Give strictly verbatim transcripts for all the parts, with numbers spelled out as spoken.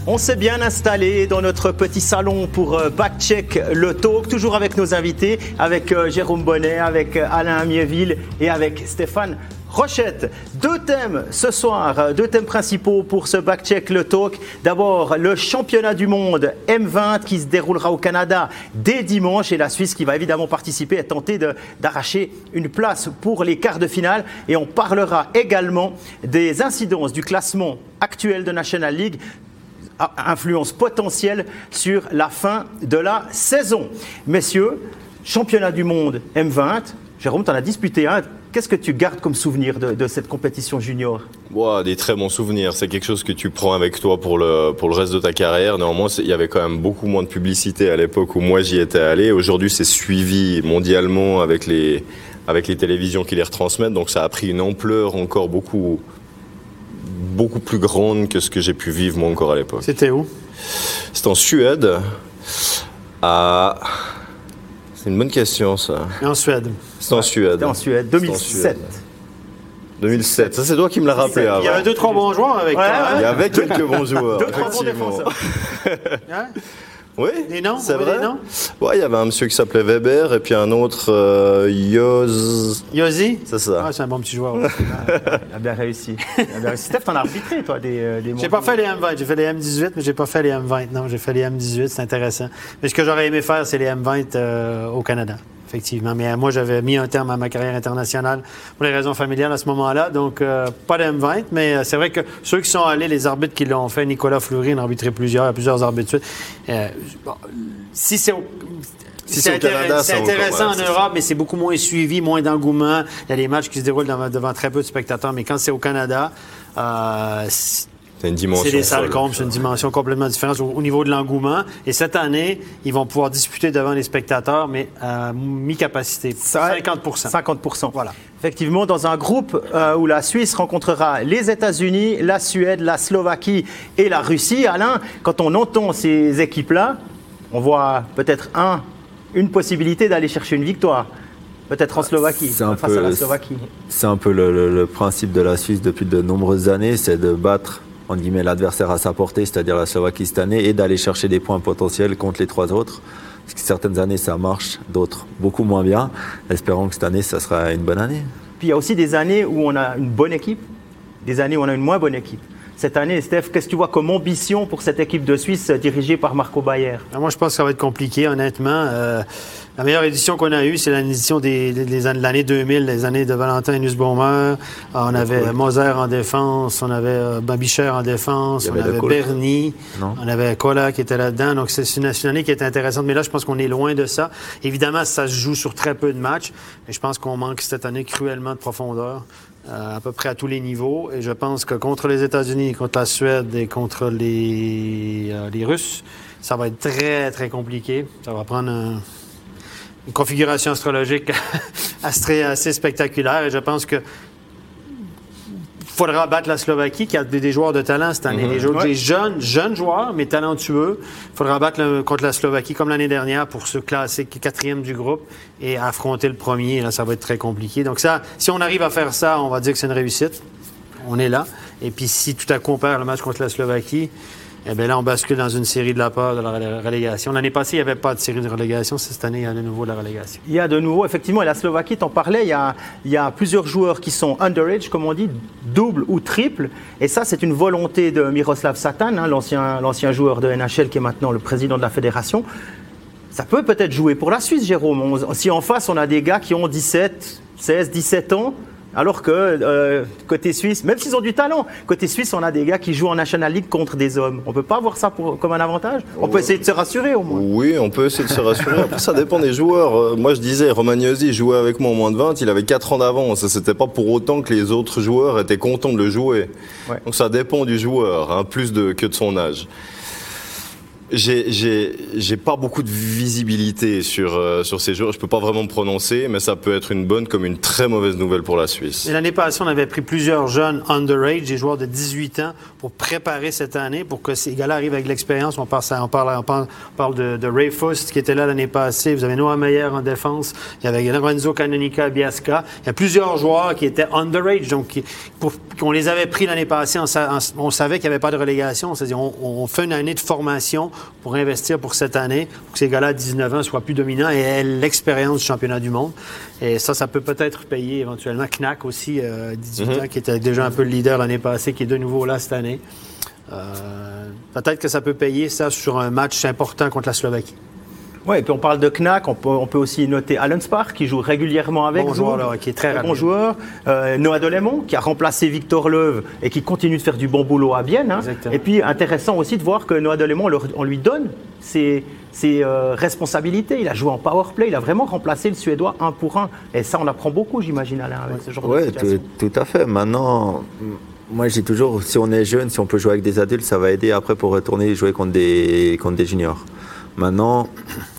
On s'est bien installé dans notre petit salon pour back-check le talk, toujours avec nos invités, avec Jérôme Bonnet, avec Alain Amiéville et avec Stéphane Rochette. Deux thèmes ce soir, deux thèmes principaux pour ce back-check le talk. D'abord, le championnat du monde M vingt qui se déroulera au Canada dès dimanche et la Suisse qui va évidemment participer et tenter de, d'arracher une place pour les quarts de finale. Et on parlera également des incidences du classement actuel de National League, influence potentielle sur la fin de la saison. Messieurs, championnat du monde M vingt, Jérôme, tu en as disputé un. Qu'est-ce que tu gardes comme souvenir de, de cette compétition junior ? Wow, des très bons souvenirs. C'est quelque chose que tu prends avec toi pour le, pour le reste de ta carrière. Néanmoins, il y avait quand même beaucoup moins de publicité à l'époque où moi j'y étais allé. Aujourd'hui, c'est suivi mondialement avec les, avec les télévisions qui les retransmettent. Donc ça a pris une ampleur encore beaucoup... beaucoup plus grande que ce que j'ai pu vivre moi encore à l'époque. C'était où ? C'était en Suède. À... C'est une bonne question, ça. Et en Suède. C'était en Suède. C'était en Suède, deux mille sept. deux mille sept, ça c'est toi qui me l'as rappelé avant. Il y avait deux, trois bons joueurs avec ouais, toi. Ouais. Il y avait quelques bons joueurs, deux, effectivement. Trois bons hein? Oui, des noms, c'est vrai. Des noms? Ouais, il y avait un monsieur qui s'appelait Weber et puis un autre, euh, Yoz... Yozi? C'est ça. Ah, c'est un bon petit joueur. Il a bien réussi. Il a bien réussi. Steph, t'en as arbitré, toi, des, des J'ai pas fait les M vingt. J'ai fait les M dix-huit, mais j'ai pas fait les M vingt. Non, j'ai fait les M dix-huit. C'est intéressant. Mais ce que j'aurais aimé faire, c'est les M vingt euh, au Canada. Effectivement. Mais euh, moi, j'avais mis un terme à ma carrière internationale pour les raisons familiales à ce moment-là. Donc, euh, pas de M vingt. Mais euh, c'est vrai que ceux qui sont allés, les arbitres qui l'ont fait, Nicolas Fleury, en a arbitré plusieurs, plusieurs arbitres de suite. Euh, bon, si c'est au, Si c'est, c'est au Canada, c'est c'est intéressant encore, ouais, en Europe, mais c'est beaucoup moins suivi, moins d'engouement. Il y a des matchs qui se déroulent devant, devant très peu de spectateurs. Mais quand c'est au Canada, euh, c'est, c'est une dimension. C'est des salles folle. comptes, c'est une dimension complètement différente au, au niveau de l'engouement. Et cette année, ils vont pouvoir disputer devant les spectateurs, mais à mi-capacité. cinquante pour cent. cinquante pour cent. Voilà. Effectivement, dans un groupe euh, où la Suisse rencontrera les États-Unis, la Suède, la Slovaquie et la Russie. Alain, quand on entend ces équipes-là, on voit peut-être un, une possibilité d'aller chercher une victoire. Peut-être en Slovaquie, c'est un face peu, à la Slovaquie. C'est un peu le, le, le principe de la Suisse depuis de nombreuses années, c'est de battre en guillemets l'adversaire à sa portée, c'est-à-dire la Slovaquie cette année, et d'aller chercher des points potentiels contre les trois autres. Parce que certaines années ça marche, d'autres beaucoup moins bien. Espérons que cette année ça sera une bonne année. Puis il y a aussi des années où on a une bonne équipe, des années où on a une moins bonne équipe. Cette année, Steph, qu'est-ce que tu vois comme ambition pour cette équipe de Suisse dirigée par Marco Bayer ? Moi, je pense que ça va être compliqué, honnêtement. Euh, la meilleure édition qu'on a eue, c'est l'édition des, des, des, de l'année deux mille, les années de Valentin et Nussbaumer. On avait cool. Moser en défense, on avait euh, Babicher en défense, on avait Bernie, non. on avait Kola qui était là-dedans. Donc, c'est une, une année qui est intéressante. Mais là, je pense qu'on est loin de ça. Évidemment, ça se joue sur très peu de matchs. Mais je pense qu'on manque cette année cruellement de profondeur. Euh, à peu près à tous les niveaux. Et je pense que contre les États-Unis, contre la Suède et contre les, euh, les Russes, ça va être très, très compliqué. Ça va prendre un, une configuration astrologique assez, assez spectaculaire. Et je pense que il faudra battre la Slovaquie, qui a des, des joueurs de talent cette année. Mm-hmm. Des, joueurs, ouais. des jeunes, jeunes joueurs, mais talentueux. Il faudra battre le, contre la Slovaquie, comme l'année dernière, pour se classer quatrième du groupe et affronter le premier. Là, ça va être très compliqué. Donc ça, si on arrive à faire ça, on va dire que c'est une réussite. On est là. Et puis si tout à coup on perd le match contre la Slovaquie, eh bien là, on bascule dans une série de la peur de la relégation. L'année passée, il n'y avait pas de série de relégation. Cette année, il y a de nouveau la relégation. Il y a de nouveau, effectivement, et la Slovaquie, t'en parlais, il y, a, il y a plusieurs joueurs qui sont underage, comme on dit, double ou triple. Et ça, c'est une volonté de Miroslav Satan, hein, l'ancien, l'ancien joueur de N H L qui est maintenant le président de la fédération. Ça peut peut-être jouer pour la Suisse, Jérôme. On, si en face, on a des gars qui ont dix-sept, seize, dix-sept ans, alors que euh, côté suisse, même s'ils ont du talent, côté suisse, on a des gars qui jouent en National League contre des hommes. On ne peut pas voir ça pour, comme un avantage ? On peut essayer de se rassurer au moins. Oui, on peut essayer de se rassurer. Après, ça dépend des joueurs. Moi, je disais, Romagnosi jouait avec moi en moins de vingt, il avait quatre ans d'avance. C'était pas pour autant que les autres joueurs étaient contents de le jouer. Ouais. Donc ça dépend du joueur, hein, plus de, que de son âge. J'ai, j'ai, j'ai pas beaucoup de visibilité sur, euh, sur ces joueurs. Je peux pas vraiment me prononcer, mais ça peut être une bonne comme une très mauvaise nouvelle pour la Suisse. Et l'année passée, on avait pris plusieurs jeunes underage, des joueurs de dix-huit ans, pour préparer cette année, pour que ces gars-là arrivent avec l'expérience. On parle, on parle, on parle, on parle de, de Ray Fust, qui était là l'année passée. Vous avez Noah Meyer en défense. Il y avait Lorenzo Canonica Biasca. Il y a plusieurs joueurs qui étaient underage, donc qui, pour, qu'on les avait pris l'année passée. On, on savait qu'il n'y avait pas de relégation. C'est-à-dire, on, on fait une année de formation pour investir pour cette année, pour que ces gars-là, à dix-neuf ans, soient plus dominants et aient l'expérience du championnat du monde. Et ça, ça peut peut-être payer éventuellement. Knack aussi, euh, dix-huit mm-hmm. ans, qui était déjà un peu le leader l'année passée, qui est de nouveau là cette année. Euh, peut-être que ça peut payer ça sur un match important contre la Slovaquie. Oui, et puis on parle de Knack, on peut, on peut aussi noter Alan Spark, qui joue régulièrement avec bon vous. Joueur, là, qui est très, très bon joueur. Euh, Noah Delémont, qui a remplacé Victor Leuve et qui continue de faire du bon boulot à Bienne. Hein. Et puis intéressant aussi de voir que Noah Delémont, on, leur, on lui donne ses, ses euh, responsabilités. Il a joué en power play, il a vraiment remplacé le Suédois un pour un. Et ça, on apprend beaucoup, j'imagine, Alain, avec ce genre ouais, de situation. Tout, tout à fait. Maintenant, moi, j'ai toujours, si on est jeune, si on peut jouer avec des adultes, ça va aider après pour retourner jouer contre des, contre des juniors. Maintenant,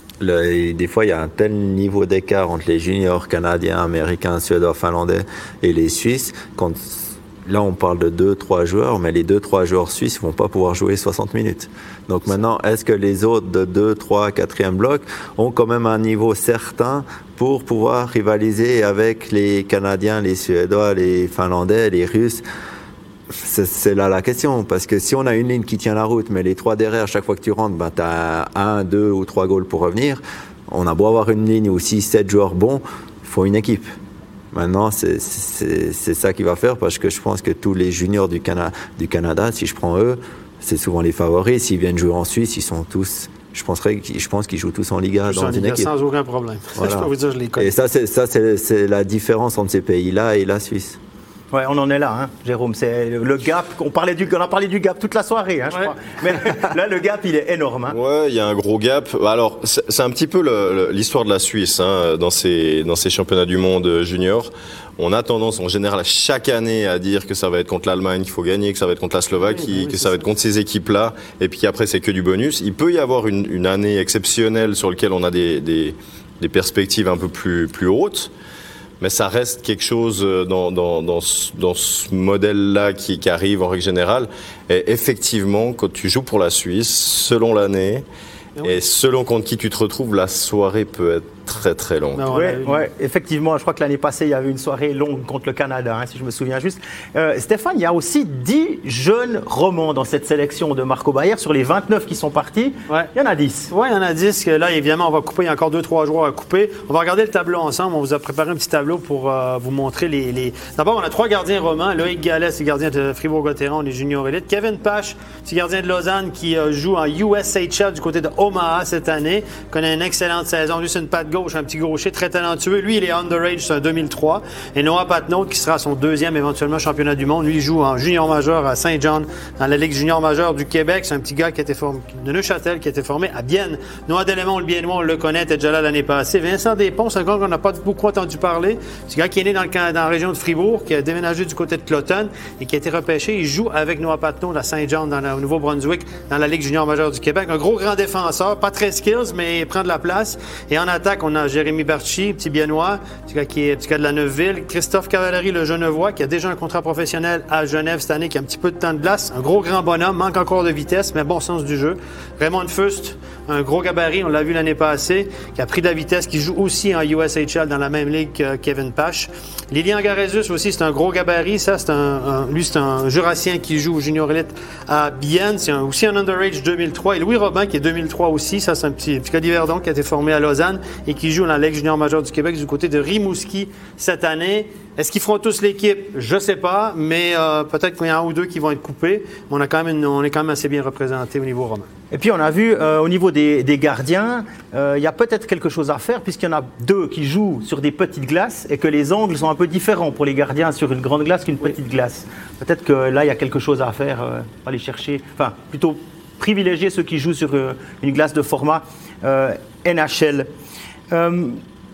le, des fois, il y a un tel niveau d'écart entre les juniors canadiens, américains, suédois, finlandais et les Suisses. Quand, là, on parle de deux, trois joueurs, mais les deux, trois joueurs suisses ne vont pas pouvoir jouer soixante minutes. Donc maintenant, est-ce que les autres de deux, trois, quatrième bloc ont quand même un niveau certain pour pouvoir rivaliser avec les Canadiens, les Suédois, les Finlandais, les Russes? C'est, c'est là la question, parce que si on a une ligne qui tient la route, mais les trois derrière, chaque fois que tu rentres, ben, tu as un, deux ou trois goals pour revenir. On a beau avoir une ligne ou six, sept joueurs bons, il faut une équipe. Maintenant, c'est, c'est, c'est ça qui va faire, parce que je pense que tous les juniors du, Cana- du Canada, si je prends eux, c'est souvent les favoris. S'ils viennent jouer en Suisse, ils sont tous... Je, penserais, je pense qu'ils jouent tous en Liga dans en une Liga équipe. Sans aucun problème. Voilà. Je peux vous dire, je les connais. Et ça, c'est, ça c'est, c'est la différence entre ces pays-là et la Suisse. Ouais, on en est là, hein, Jérôme. C'est le gap. On parlait du, on a parlé du gap toute la soirée, hein, je ouais. crois. Mais là, le gap, il est énorme. Hein. Ouais, il y a un gros gap. Alors, c'est, c'est un petit peu le, le, l'histoire de la Suisse hein, dans ces dans ces championnats du monde junior. On a tendance, en général, chaque année, à dire que ça va être contre l'Allemagne qu'il faut gagner, que ça va être contre la Slovaquie, oui, oui, que ça, ça va être contre ces équipes-là, et puis après c'est que du bonus. Il peut y avoir une, une année exceptionnelle sur laquelle on a des, des, des perspectives un peu plus plus hautes. Mais ça reste quelque chose dans, dans, dans, ce, dans ce modèle-là qui, qui arrive en règle générale. Et effectivement, quand tu joues pour la Suisse, selon l'année, oui. et selon contre qui tu te retrouves, la soirée peut être très très longue. Oui, ouais, effectivement, je crois que l'année passée, il y avait une soirée longue contre le Canada, hein, si je me souviens juste. Euh, Stéphane, il y a aussi dix jeunes romans dans cette sélection de Marco Bayer. Sur les vingt-neuf qui sont partis, ouais. il y en a dix. Oui, il y en a dix. Que là, évidemment, on va couper. Il y a encore deux, trois joueurs à couper. On va regarder le tableau ensemble. On vous a préparé un petit tableau pour euh, vous montrer les, les... D'abord, on a trois gardiens romans. Loïc Gallet, c'est gardien de Fribourg-Gotteron, les juniors élites. Kevin Pache, c'est gardien de Lausanne qui euh, joue en U S H L du côté de Omaha cette année. Connaît une excellente saison. Lui, c'est une patte gauche, un petit gaucher très talentueux. Lui, il est underage, c'est un deux mille trois. Et Noah Patnaud, qui sera son deuxième éventuellement championnat du monde. Lui, il joue en junior majeur à Saint-Jean, dans la Ligue junior majeure du Québec. C'est un petit gars qui a été formé de Neuchâtel, qui a été formé à Bienne. Noah Delémont, le Biennois, on le connaît, était déjà là l'année passée. Vincent Desponts, c'est un gars qu'on n'a pas beaucoup entendu parler. C'est un gars qui est né dans, le, dans la région de Fribourg, qui a déménagé du côté de Cloton et qui a été repêché. Il joue avec Noah Patnaud à Saint-Jean, dans la, au Nouveau-Brunswick, dans la Ligue junior majeure du Québec. Un gros grand défenseur, pas très skills, mais il prend de la place. Et en attaque, on a Jérémy Barchi, petit Biennois, petit gars qui est petit gars de la Neuville. Christophe Cavallari, le Genevois, qui a déjà un contrat professionnel à Genève cette année, qui a un petit peu de temps de glace. Un gros grand bonhomme, manque encore de vitesse, mais bon sens du jeu. Raymond Fust, un gros gabarit, on l'a vu l'année passée, qui a pris de la vitesse, qui joue aussi en U S H L dans la même ligue que Kevin Pache. Lilian Garezus aussi, c'est un gros gabarit. Ça, c'est un, un, lui, c'est un Jurassien qui joue au Junior Elite à Bienne. C'est un, aussi un underage deux mille trois. Et Louis Robin, qui est deux mille trois aussi. Ça, c'est un petit, petit gars d'Yverdon qui a été formé à Lausanne et qui joue dans la Ligue junior majeure du Québec du côté de Rimouski cette année. Est-ce qu'ils feront tous l'équipe? Je ne sais pas, mais euh, peut-être qu'il y en a un ou deux qui vont être coupés. Mais on, a quand même une, on est quand même assez bien représenté au niveau romain. Et puis on a vu euh, au niveau des, des gardiens, euh, il y a peut-être quelque chose à faire puisqu'il y en a deux qui jouent sur des petites glaces et que les angles sont un peu différents pour les gardiens sur une grande glace qu'une oui. petite glace. Peut-être que là il y a quelque chose à faire, euh, aller chercher, enfin plutôt privilégier ceux qui jouent sur euh, une glace de format euh, N H L. Euh,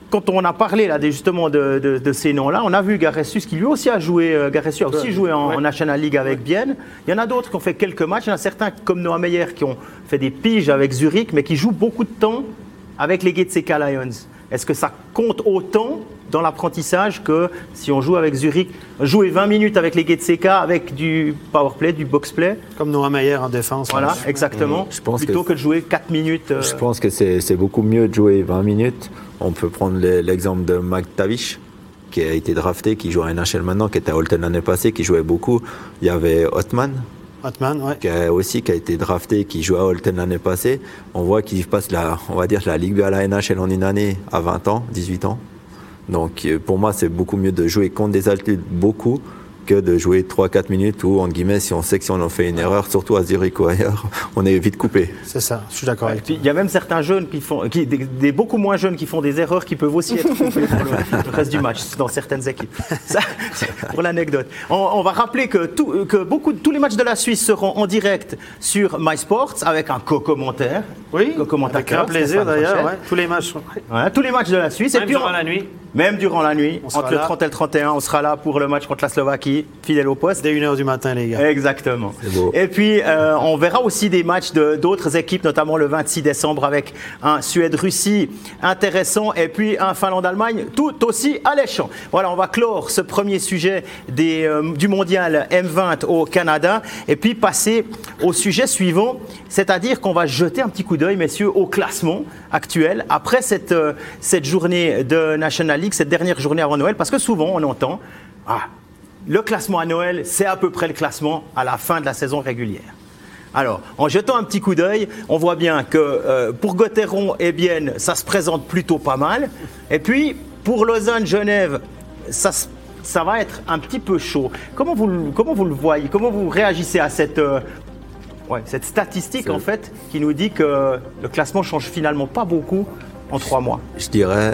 quand on a parlé là, justement de, de, de ces noms-là, on a vu Garessus qui lui aussi a joué, euh, Garessus a aussi joué en, ouais. en National League avec Bienne. Il y en a d'autres qui ont fait quelques matchs. Il y en a certains comme Noah Meyer qui ont fait des piges avec Zurich, mais qui jouent beaucoup de temps avec les Getseka Lions. Est-ce que ça compte autant dans l'apprentissage que si on joue avec Zurich, jouer vingt minutes avec les Getseka avec du powerplay, du boxplay? Comme Noah Meyer en défense. Voilà, exactement. Mmh. Je pense Plutôt que, que de jouer quatre minutes. Euh... Je pense que c'est, c'est beaucoup mieux de jouer vingt minutes. On peut prendre l'exemple de McTavish, qui a été drafté, qui joue à N H L maintenant, qui était à Holton l'année passée, qui jouait beaucoup. Il y avait Hotman. Hotman, ouais. Qui a aussi qui a été drafté, qui joue à Holton l'année passée. On voit qu'il passe la, on va dire la Ligue à la N H L en une année à vingt ans, dix-huit ans. Donc pour moi, c'est beaucoup mieux de jouer contre des altitudes beaucoup que de jouer trois à quatre minutes où, entre guillemets, si on sait que si on en fait une erreur, surtout à Zurich ou ailleurs, on est vite coupé. C'est ça, je suis d'accord avec toi. Il y a même certains jeunes qui font, qui, des, des beaucoup moins jeunes qui font des erreurs qui peuvent aussi être coupés pour le, le reste du match dans certaines équipes. Ça, c'est pour l'anecdote. On, on va rappeler que, tout, que beaucoup, tous les matchs de la Suisse seront en direct sur MySports avec un co-commentaire. Oui, avec grand plaisir d'ailleurs. Ouais. Tous les matchs. Ouais, tous les matchs de la Suisse. Même et puis durant on, la nuit. Même durant la nuit, on entre le trente et le trente et un, on sera là pour le match contre la Slovaquie, fidèle au poste. Dès une heure du matin, les gars. Exactement. Et puis, euh, on verra aussi des matchs de, d'autres équipes, notamment le vingt-six décembre avec un Suède-Russie intéressant et puis un Finlande-Allemagne tout aussi alléchant. Voilà, on va clore ce premier sujet des, euh, du mondial M vingt au Canada et puis passer au sujet suivant, c'est-à-dire qu'on va jeter un petit coup d'œil, messieurs, au classement actuel après cette, euh, cette journée de National League, cette dernière journée avant Noël, parce que souvent on entend ah, le classement à Noël, c'est à peu près le classement à la fin de la saison régulière. Alors, en jetant un petit coup d'œil, on voit bien que euh, pour Gotteron et Bienne, ça se présente plutôt pas mal. Et puis, pour Lausanne, Genève, ça, ça va être un petit peu chaud. Comment vous, comment vous le voyez? Comment vous réagissez à cette, euh, ouais, cette statistique, c'est... en fait, qui nous dit que le classement change finalement pas beaucoup en trois mois? Je dirais...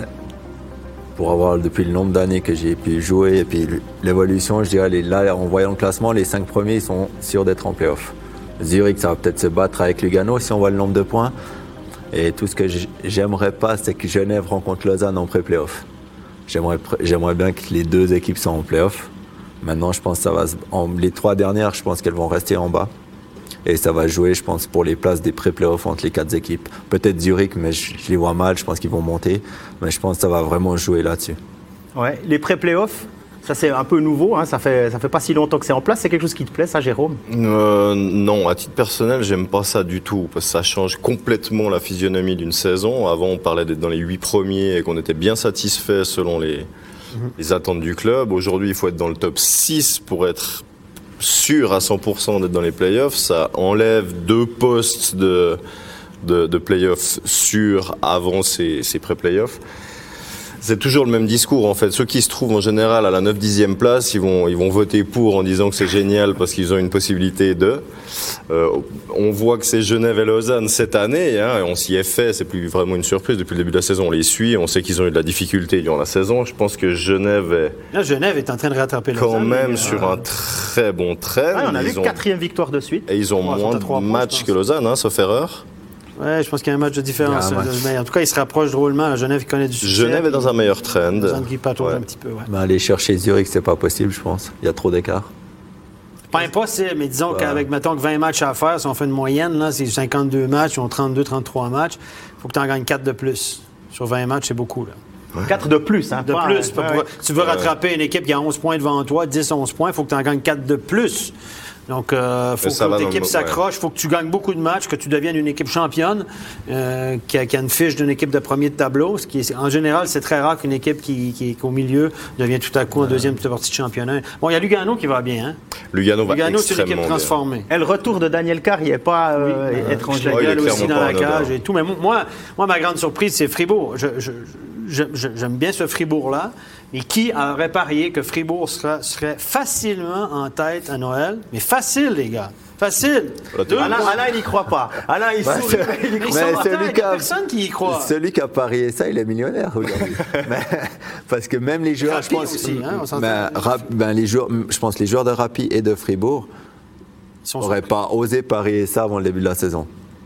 Pour avoir, depuis le nombre d'années que j'ai pu jouer et puis l'évolution, je dirais, les, là, en voyant le classement, les cinq premiers, ils sont sûrs d'être en play-off. Zurich, ça va peut-être se battre avec Lugano si on voit le nombre de points. Et tout ce que j'aimerais pas, c'est que Genève rencontre Lausanne en pré-play-off. J'aimerais, j'aimerais bien que les deux équipes soient en play-off. Maintenant, je pense que ça va, en, les trois dernières, je pense qu'elles vont rester en bas. Et ça va jouer, je pense, pour les places des pré-playoffs entre les quatre équipes. Peut-être Zurich, mais je, je les vois mal, je pense qu'ils vont monter. Mais je pense que ça va vraiment jouer là-dessus. Ouais, les pré-playoffs, ça c'est un peu nouveau, hein, ça fait, ça fait pas si longtemps que c'est en place. C'est quelque chose qui te plaît, ça, Jérôme? euh, Non, à titre personnel, j'aime pas ça du tout, parce que ça change complètement la physionomie d'une saison. Avant, on parlait d'être dans les huit premiers et qu'on était bien satisfait selon les, mmh. les attentes du club. Aujourd'hui, il faut être dans le top six pour être sûr à cent pour cent d'être dans les playoffs. Ça enlève deux postes de, de, de playoffs sûrs avant ces, ces pré-playoffs. C'est toujours le même discours en fait. Ceux qui se trouvent en général à la neuf dixième place, ils vont, ils vont voter pour en disant que c'est génial parce qu'ils ont une possibilité de. Euh, on voit que c'est Genève et Lausanne cette année, hein, et on s'y est fait, c'est plus vraiment une surprise depuis le début de la saison. On les suit, on sait qu'ils ont eu de la difficulté durant la saison. Je pense que Genève est. Là, Genève est en train de rattraper Lausanne. Quand même mais, sur euh... un très bon train. Ah, on a ils vu ont... quatrième victoire de suite. Et ils ont oh, moins de matchs que Lausanne, hein, sauf erreur. Ouais, je pense qu'il y a un match de différence. Match. Mais en tout cas, il se rapproche drôlement. Genève qui connaît du succès. Genève est dans un meilleur trend. Lausanne qui patauge ouais. un petit peu. Ouais. Ben, aller chercher Zurich, c'est pas possible, je pense. Il y a trop d'écart. Pas impossible, mais disons ouais. qu'avec, mettons, que vingt matchs à faire, si on fait une moyenne, là, c'est cinquante-deux matchs, ils ont trente-deux, trente-trois matchs. Il faut que tu en gagnes quatre de plus. Sur vingt matchs, c'est beaucoup, là. Ouais. quatre de plus, hein? De pas, plus. Ouais, pour, ouais. Si tu veux rattraper une équipe qui a onze points devant toi, dix, onze points, il faut que tu en gagnes quatre de plus. Donc, il euh, faut que l'autre équipe s'accroche, il ouais. faut que tu gagnes beaucoup de matchs, que tu deviennes une équipe championne, euh, qui, a, qui a une fiche d'une équipe de premier de tableau. Ce qui est, en général, c'est très rare qu'une équipe qui, qui est au milieu devient tout à coup en deuxième partie de championnat. Bon, il y a Lugano qui va bien. Hein? Lugano va Lugano, c'est une équipe bien. transformée. Et le retour de Daniel Carr, il n'est pas euh, oui, étranger. Il est aussi dans la cage et tout. Mais moi, moi, ma grande surprise, c'est Fribourg. Je, je, je, je, j'aime bien ce Fribourg-là. Et qui aurait parié que Fribourg serait, serait facilement en tête à Noël? Mais facile, les gars. Facile. Alain, Alain, il n'y croit pas. Alain, il bah, sourit. Il mais celui qui a personne qui y croit. Celui qui a parié ça, il est millionnaire aujourd'hui. mais, parce que même les joueurs, Rappi je pense, aussi, hein, on ben, rap, ben, les joueurs, je pense que les joueurs de Rappi et de Fribourg n'auraient pas osé parier ça avant le début de la saison.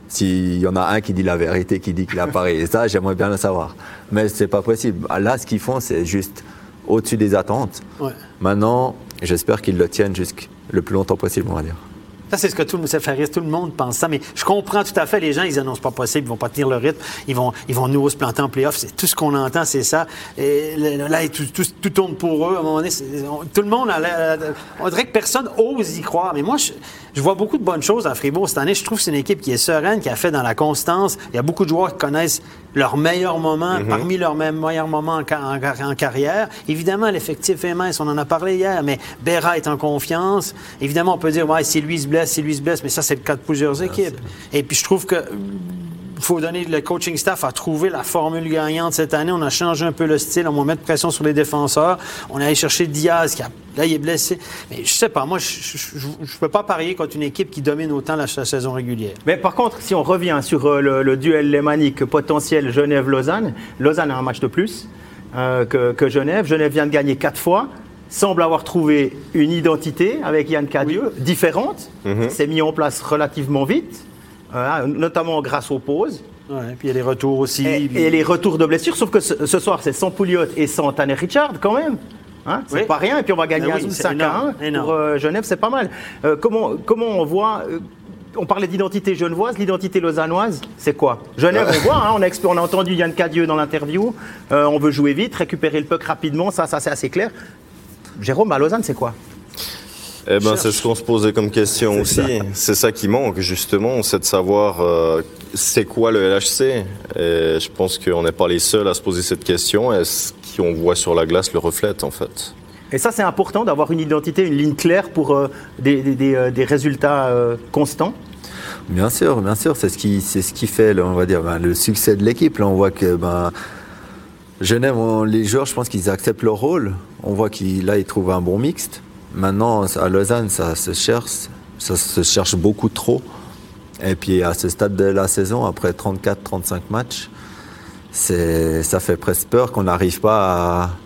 S'il y en a un qui dit la vérité, qui dit qu'il a parié, ça, j'aimerais bien le savoir. Mais c'est pas possible. Là, ce qu'ils font, c'est juste au-dessus des attentes. Ouais. Maintenant, j'espère qu'ils le tiennent jusqu'à le plus longtemps possible, on va dire. Ça, c'est ce que tout le monde fait rire. Tout le monde pense ça. Mais je comprends tout à fait. Les gens, ils annoncent pas possible. Ils vont pas tenir le rythme. Ils vont, ils vont nous se planter en play-off. C'est tout ce qu'on entend, c'est ça. Et là, tout, tout, tout tourne pour eux. À un moment donné, on, tout le monde, a, on dirait que personne ose y croire. Mais moi, je, je vois beaucoup de bonnes choses à Fribourg cette année. Je trouve que c'est une équipe qui est sereine, qui a fait dans la constance. Il y a beaucoup de joueurs qui connaissent leurs meilleurs moments, mm-hmm. parmi leurs meilleurs moments en, en, en carrière. Évidemment, l'effectif est mince. On en a parlé hier, mais Berra est en confiance. Évidemment, on peut dire, ouais, si lui se blesse, si lui se blesse, mais ça, c'est le cas de plusieurs équipes. Et puis, je trouve que il faut donner le coaching staff à trouver la formule gagnante cette année. On a changé un peu le style. On va mettre pression sur les défenseurs. On a allé chercher Diaz, qui a, là, il est blessé. Mais je sais pas, moi, je ne peux pas parier contre une équipe qui domine autant la, la saison régulière. Mais par contre, si on revient sur euh, le, le duel lémanique potentiel Genève-Lausanne, Lausanne a un match de plus euh, que, que Genève. Genève vient de gagner quatre fois. Semble avoir trouvé une identité avec Yann Cadieux, oui. différente. Mm-hmm. C'est mis en place relativement vite. Euh, notamment grâce aux pauses. Ouais, puis il y a les retours aussi. Et, puis... et les retours de blessures, sauf que ce, ce soir, c'est sans Pouliot et sans Tanner Richard, quand même. Hein, c'est oui. pas rien. Et puis on va gagner oui, cinq à un. Pour euh, Genève, c'est pas mal. Euh, comment, comment on voit... Euh, on parlait d'identité genevoise, l'identité lausannoise, c'est quoi? Genève, on voit, hein, on, a expl- on a entendu Yann Cadieux dans l'interview. Euh, on veut jouer vite, récupérer le puck rapidement, ça, ça c'est assez clair. Jérôme, à Lausanne, c'est quoi? Eh ben, c'est ce qu'on se posait comme question c'est aussi. Ça. C'est ça qui manque, justement, c'est de savoir euh, c'est quoi le L H C. Et je pense qu'on n'est pas les seuls à se poser cette question. Et ce qu'on voit sur la glace le reflète, en fait. Et ça, c'est important d'avoir une identité, une ligne claire pour euh, des, des, des, des résultats euh, constants. Bien sûr, bien sûr. C'est ce qui, c'est ce qui fait, là, on va dire, ben, le succès de l'équipe. Là, on voit que ben, Genève, on, les joueurs, je pense qu'ils acceptent leur rôle. On voit qu'ils là, ils trouvent un bon mixte. Maintenant, à Lausanne, ça se cherche, ça se cherche beaucoup trop. Et puis, à ce stade de la saison, après trente-quatre trente-cinq matchs, c'est, ça fait presque peur qu'on n'arrive pas à,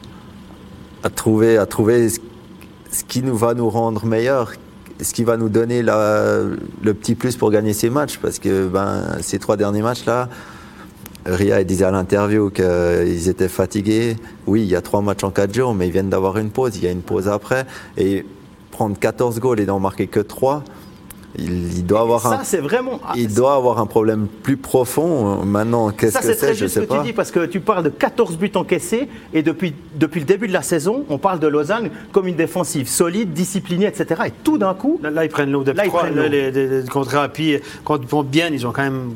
à trouver, à trouver ce, ce qui nous va nous rendre meilleurs, ce qui va nous donner la, le petit plus pour gagner ces matchs. Parce que ben, ces trois derniers matchs-là, Ria il disait à l'interview qu'ils étaient fatigués. Oui, il y a trois matchs en quatre jours, mais ils viennent d'avoir une pause. Il y a une pause après. Et prendre quatorze goals et n'en marquer que trois, il, il doit avoir ça, un. C'est vraiment... Il doit avoir un problème plus profond. Maintenant, qu'est-ce ça, que c'est, c'est, très je juste sais ce que pas. tu dis, parce que tu parles de quatorze buts encaissés et depuis, depuis le début de la saison, on parle de Lausanne comme une défensive solide, disciplinée, et cetera. Et tout d'un coup... Là, là ils prennent l'eau. Depuis là, ils prennent l'eau. Les, les, les, contre Rapi, contre Bienne, ils ont quand même...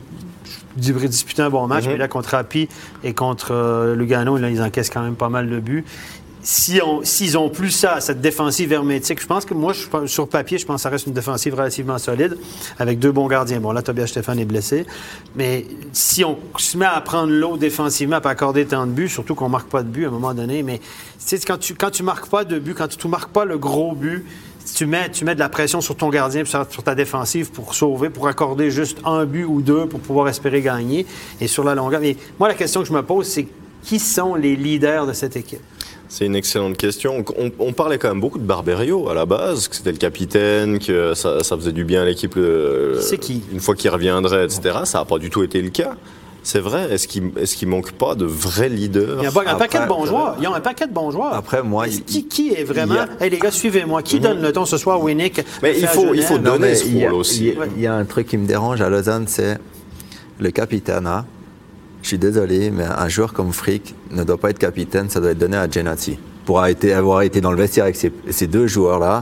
disputé un bon match, mm-hmm. mais là, contre Rapi et contre euh, Lugano, là, ils encaissent quand même pas mal de buts. Si on, s'ils ont plus ça, cette défensive hermétique, je pense que moi, je, sur papier, je pense que ça reste une défensive relativement solide, avec deux bons gardiens. Bon, là, Tobias Stéphane est blessé, mais si on se met à prendre l'eau défensivement, à accorder tant de buts, surtout qu'on ne marque pas de buts à un moment donné, mais tu sais, quand tu quand tu marques pas de buts, quand tu ne marques pas le gros but, tu mets, tu mets de la pression sur ton gardien, sur, sur ta défensive pour sauver, pour accorder juste un but ou deux pour pouvoir espérer gagner. Et sur la longueur. Mais moi, la question que je me pose, c'est qui sont les leaders de cette équipe? C'est une excellente question. On, on parlait quand même beaucoup de Barberio à la base, que c'était le capitaine, que ça, ça faisait du bien à l'équipe. Le, c'est qui? Une fois qu'il reviendrait, et cetera. Ça n'a pas du tout été le cas. C'est vrai. Est-ce qu'il est-ce qu'il manque pas de vrais leaders? Il y a un, un paquet de bons joueurs. Il y a un paquet de bons joueurs. Après, moi, il, qui, qui est vraiment... A... Hey, les gars, suivez-moi. Qui mm-hmm. donne le ton ce soir, Winnick? Mais il faut, il faut donner non, ce rôle aussi. Il y, a, il y a un truc qui me dérange à Lausanne, c'est le capitana. Je suis désolé, mais un joueur comme Frick ne doit pas être capitaine. Ça doit être donné à Genazzi. Pour avoir été, avoir été dans le vestiaire avec ces, ces deux joueurs-là,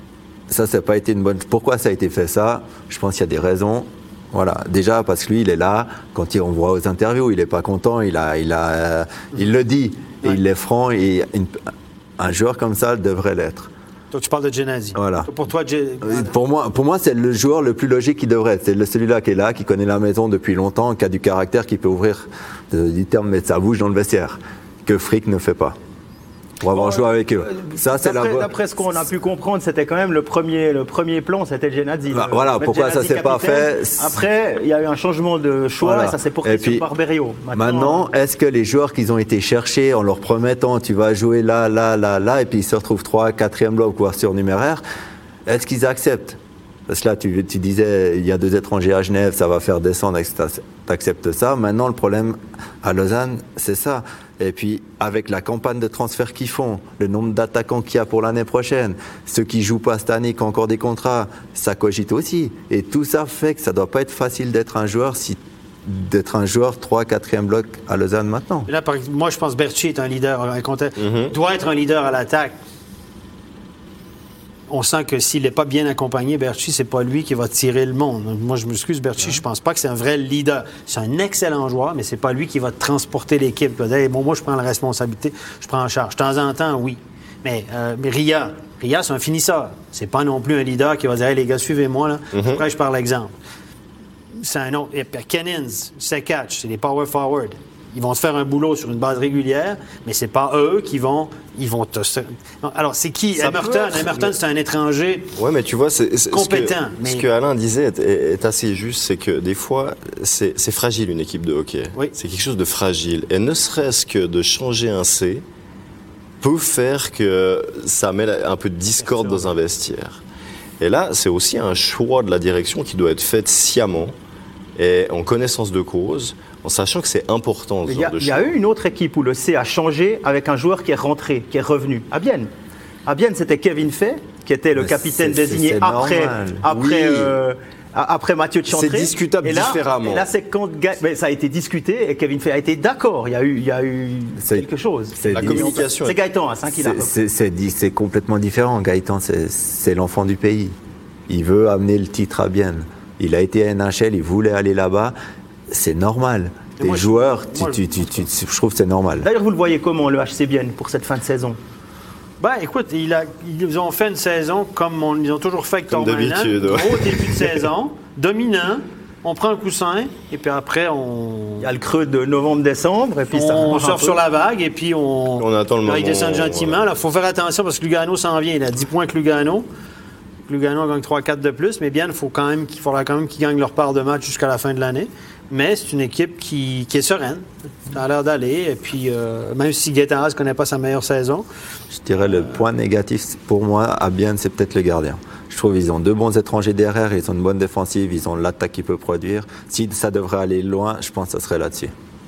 ça, ça n'a pas été une bonne... Pourquoi ça a été fait ça? Je pense qu'il y a des raisons. Voilà, déjà parce que lui, il est là, quand il, on voit aux interviews, il n'est pas content, il, a, il, a, euh, il le dit, et ouais. il est franc, et une, un joueur comme ça devrait l'être. Donc tu parles de Genazzi. Voilà. Pour toi, G... pour moi, pour moi, c'est le joueur le plus logique qui devrait être. C'est celui-là qui est là, qui connaît la maison depuis longtemps, qui a du caractère, qui peut ouvrir de, du terme, mettre sa bouche dans le vestiaire, que Frick ne fait pas. Pour avoir joué avec eux. Ça, c'est d'après, la... d'après ce qu'on a pu comprendre, c'était quand même le premier, le premier plan, c'était Genazzi. Bah, voilà, pourquoi Genazzi ça s'est capitaine. Pas fait? Après, il y a eu un changement de choix voilà. et ça s'est porté sur Barberio. Maintenant, maintenant, est-ce que les joueurs qu'ils ont été cherchés en leur promettant tu vas jouer là, là, là, là, et puis ils se retrouvent trois, quatrième bloc, voire surnuméraire, est-ce qu'ils acceptent? Parce que là, tu, tu disais, il y a deux étrangers à Genève, ça va faire descendre, tu acceptes ça. Maintenant, le problème à Lausanne, c'est ça. Et puis, avec la campagne de transfert qu'ils font, le nombre d'attaquants qu'il y a pour l'année prochaine, ceux qui ne jouent pas cette année, qui ont encore des contrats, ça cogite aussi. Et tout ça fait que ça ne doit pas être facile d'être un joueur, si, d'être un joueur trois, quatrième bloc à Lausanne maintenant. Là, par, moi, je pense que Berchi est un leader, un mm-hmm. doit être un leader à l'attaque. On sent que s'il n'est pas bien accompagné, Berchi, c'est pas lui qui va tirer le monde. Moi, je m'excuse, Berchi, ouais. je pense pas que c'est un vrai leader. C'est un excellent joueur, mais c'est pas lui qui va transporter l'équipe. Hey, bon, moi, je prends la responsabilité, je prends en charge. De temps en temps, oui. Mais, euh, mais Ria, Ria, c'est un finisseur. C'est pas non plus un leader qui va dire hey, les gars, suivez-moi, là. Mm-hmm. Après, je parle l'exemple. C'est un autre. Kennins, c'est catch, c'est des power forward. Ils vont se faire un boulot sur une base régulière, mais c'est pas eux qui vont... Ils vont te... Alors, c'est qui? Ça Emerton, être... Emerton, c'est un étranger ouais, mais tu vois, c'est, c'est, compétent. Ce que, mais... ce que Alain disait est, est assez juste, c'est que des fois, c'est, c'est fragile une équipe de hockey. Oui. C'est quelque chose de fragile. Et ne serait-ce que de changer un C peut faire que ça met un peu de discorde dans un vestiaire. Et là, c'est aussi un choix de la direction qui doit être fait sciemment et en connaissance de cause, en sachant que c'est important. Il y, y a eu une autre équipe où le C a changé avec un joueur qui est rentré, qui est revenu. À Bienne. À Bienne, c'était Kevin Fay, qui était le Mais capitaine c'est, désigné c'est, c'est après, après, oui. euh, après Mathieu de Chantré. C'est discutable et là, différemment. Et là, c'est quand mais ça a été discuté et Kevin Fay a été d'accord. Il y a eu, il y a eu quelque chose. C'est la dit, communication. C'est Gaëtan, hein, c'est, c'est, c'est, c'est, c'est complètement différent. Gaëtan, c'est, c'est l'enfant du pays. Il veut amener le titre à Bienne. Il a été à N H L, il voulait aller là-bas. C'est normal. Des moi, joueurs, je, moi, tu, tu, tu, tu, je trouve que c'est normal. D'ailleurs, vous le voyez comment, le H C Bienne, pour cette fin de saison? Ben, écoute, il a, ils ont fait une saison comme on, ils ont toujours fait avec Tormanen. Gros début de saison, dominant. On prend un coussin, et puis après, on... Il y a le creux de novembre-décembre, et puis on, ça on surfe sur la vague, et puis on... On attend le moment. Ils descendent gentiment. Il faut faire attention, parce que Lugano s'en vient. Il a dix points que Lugano. Lugano gagne trois quatre de plus, mais bien, il faut quand même, qu'il faudra quand même qu'ils gagnent leur part de match jusqu'à la fin de l'année. Mais c'est une équipe qui, qui est sereine. Ça a l'air d'aller. Et puis, euh, même si Guetta ne connaît pas sa meilleure saison. Je dirais le point négatif pour moi à Bienne, c'est peut-être le gardien. Je trouve qu'ils ont deux bons étrangers derrière, ils ont une bonne défensive, ils ont l'attaque qui peut produire. Si ça devrait aller loin, je pense que ça serait là-dessus.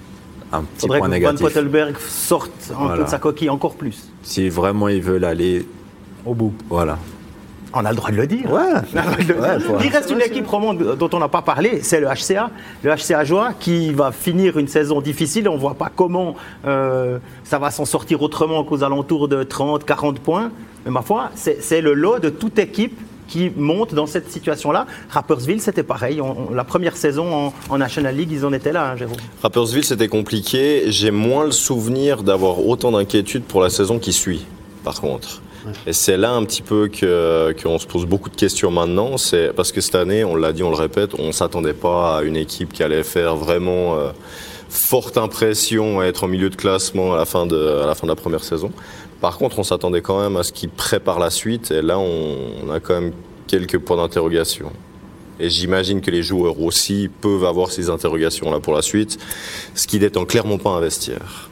Un petit Faudrait point que négatif. Van Pottelberg sorte un voilà. peu de sa coquille encore plus. Si vraiment ils veulent aller au bout. Voilà. On a le droit de le dire. Ouais. Le dire. Ouais, il reste une équipe romande dont on n'a pas parlé, c'est le H C A. Le H C A Joie qui va finir une saison difficile. On ne voit pas comment euh, ça va s'en sortir autrement qu'aux alentours de trente, quarante points. Mais ma foi, c'est, c'est le lot de toute équipe qui monte dans cette situation-là. Rapperswil, c'était pareil. On, on, la première saison en, en National League, ils en étaient là, hein, Jérôme. Rapperswil, c'était compliqué. J'ai moins le souvenir d'avoir autant d'inquiétude pour la saison qui suit, par contre. Et c'est là un petit peu que, qu'on se pose beaucoup de questions maintenant. C'est parce que cette année, on l'a dit, on le répète, on ne s'attendait pas à une équipe qui allait faire vraiment euh, forte impression à être en milieu de classement à la fin de, à la fin de la première saison. Par contre, on s'attendait quand même à ce qu'ils préparent la suite. Et là, on, on a quand même quelques points d'interrogation. Et j'imagine que les joueurs aussi peuvent avoir ces interrogations-là pour la suite, ce qui n'étant clairement pas un vestiaire.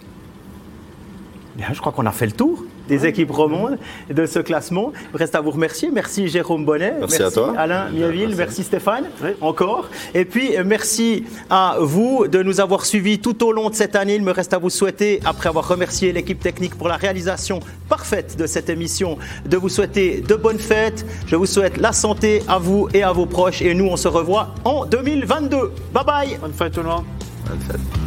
Bien, je crois qu'on a fait le tour des ouais. équipes romandes de ce classement. Il reste à vous remercier. Merci Jérôme Bonnet. Merci, merci à toi. Alain Mieville. Merci. merci Stéphane. Oui. Encore. Et puis merci à vous de nous avoir suivis tout au long de cette année. Il me reste à vous souhaiter, après avoir remercié l'équipe technique pour la réalisation parfaite de cette émission, de vous souhaiter de bonnes fêtes. Je vous souhaite la santé à vous et à vos proches. Et nous, on se revoit en deux mille vingt-deux. Bye bye. Bonne fête tout le monde. Bonne fête.